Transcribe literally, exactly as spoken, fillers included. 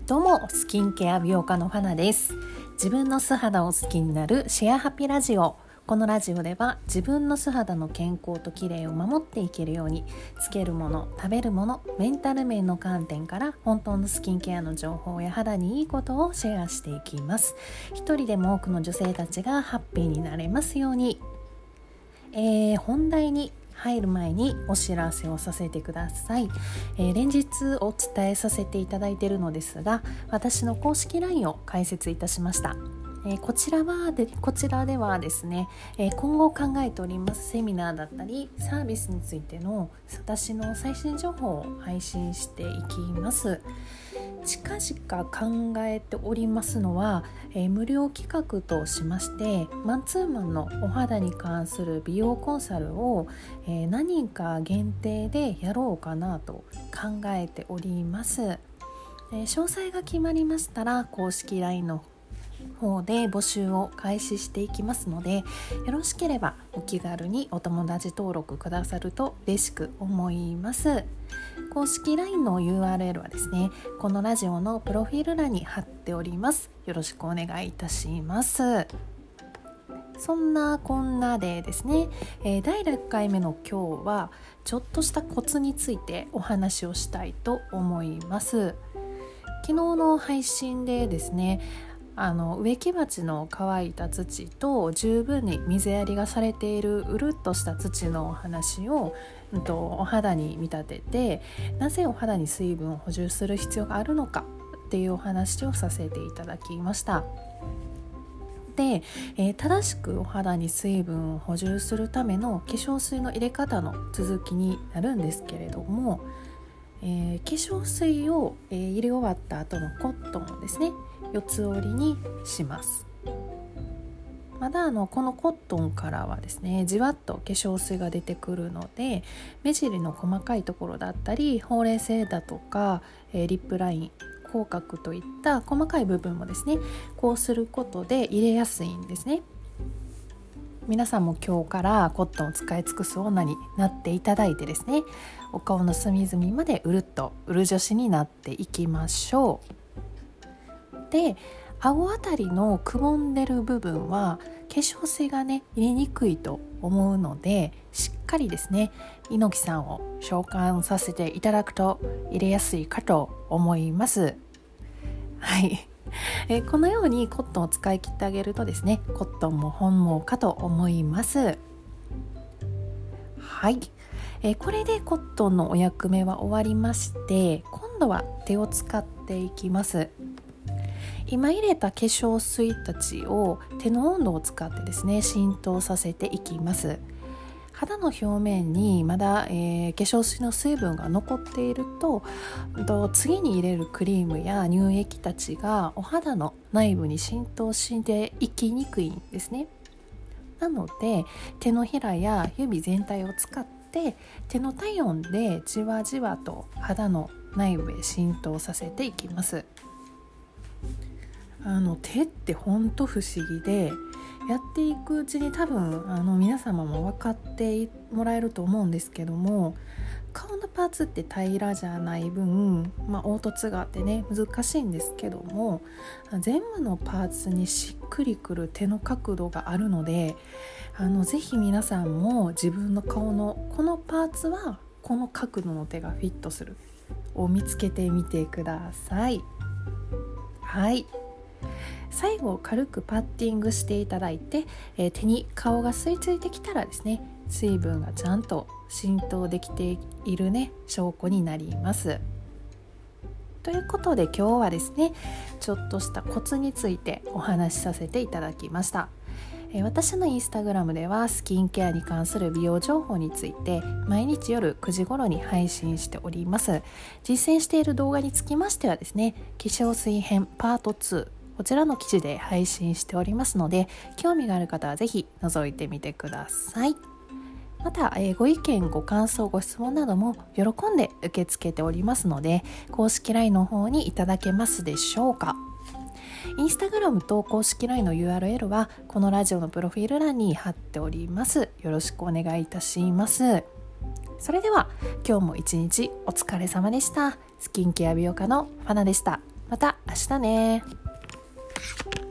どうも、スキンケア美容家のファナです。自分の素肌を好きになるシェアハピラジオ。このラジオでは自分の素肌の健康と綺麗を守っていけるように、つけるもの、食べるもの、メンタル面の観点から本当のスキンケアの情報や肌にいいことをシェアしていきます。一人でも多くの女性たちがハッピーになれますように。えー、本題に入る前にお知らせをさせてください。えー、連日お伝えさせていただいているのですが、私の公式 ライン を開設いたしました。えー、こちらはでこちらではですね、えー、今後考えておりますセミナーだったりサービスについての私の最新情報を配信していきます。近々考えておりますのは、えー、無料企画としましてマンツーマンのお肌に関する美容コンサルを、えー、何人か限定でやろうかなと考えております。えー、詳細が決まりましたら公式 ライン の方で募集を開始していきますので、よろしければお気軽にお友達登録くださると嬉しく思います。公式 ライン の ユーアールエル はですね、このラジオのプロフィール欄に貼っております。よろしくお願いいたします。そんなこんなでですね、えー、だいろっかいめの今日はちょっとしたコツについてお話をしたいと思います。昨日の配信でですね、あの植木鉢の乾いた土と十分に水やりがされているうるっとした土のお話を、うん、とお肌に見立てて、なぜお肌に水分を補充する必要があるのかっていうお話をさせていただきました。で、えー、正しくお肌に水分を補充するための化粧水の入れ方の続きになるんですけれども、えー、化粧水を、えー、入れ終わった後のコットンをですね、四つ折りにします。まだあのこのコットンからはですね、じわっと化粧水が出てくるので、目尻の細かいところだったりほうれい線だとか、えー、リップライン、口角といった細かい部分もですね、こうすることで入れやすいんですね。皆さんも今日からコットンを使い尽くす女になっていただいてですね、お顔の隅々までうるっとうる女子になっていきましょう。で、顎あたりのくぼんでる部分は化粧水がね入れにくいと思うので、しっかりですね猪木さんを召喚させていただくと入れやすいかと思います。はい、えこのようにコットンを使い切ってあげるとですね、コットンも本望かと思います。はい、えこれでコットンのお役目は終わりまして、今度は手を使っていきます。今入れた化粧水たちを手の温度を使ってですね浸透させていきます。肌の表面にまだ、えー、化粧水の水分が残っていると、と次に入れるクリームや乳液たちがお肌の内部に浸透していきにくいんですね。なので手のひらや指全体を使って手の体温でじわじわと肌の内部へ浸透させていきます。あの手ってほんと不思議で、やっていくうちに多分あの皆様も分かってもらえると思うんですけども、顔のパーツって平らじゃない分、まあ、凹凸があってね難しいんですけども、全部のパーツにしっくりくる手の角度があるので、あのぜひ皆さんも自分の顔のこのパーツはこの角度の手がフィットするを見つけてみてください。はい、最後軽くパッティングしていただいて、えー、手に顔が吸い付いてきたらですね、水分がちゃんと浸透できているね証拠になります。ということで今日はですね、ちょっとしたコツについてお話しさせていただきました。えー、私のインスタグラムではスキンケアに関する美容情報について毎日夜くじ頃に配信しております。実践している動画につきましてはですね、化粧水編パートツー、こちらの記事で配信しておりますので、興味がある方はぜひ覗いてみてください。また、えー、ご意見ご感想ご質問なども喜んで受け付けておりますので、公式 ライン の方にいただけますでしょうか。インスタグラムと公式 ライン の ユーアールエル はこのラジオのプロフィール欄に貼っております。よろしくお願いいたします。それでは今日も一日お疲れ様でした。スキンケア美容家のファナでした。 また明日ね。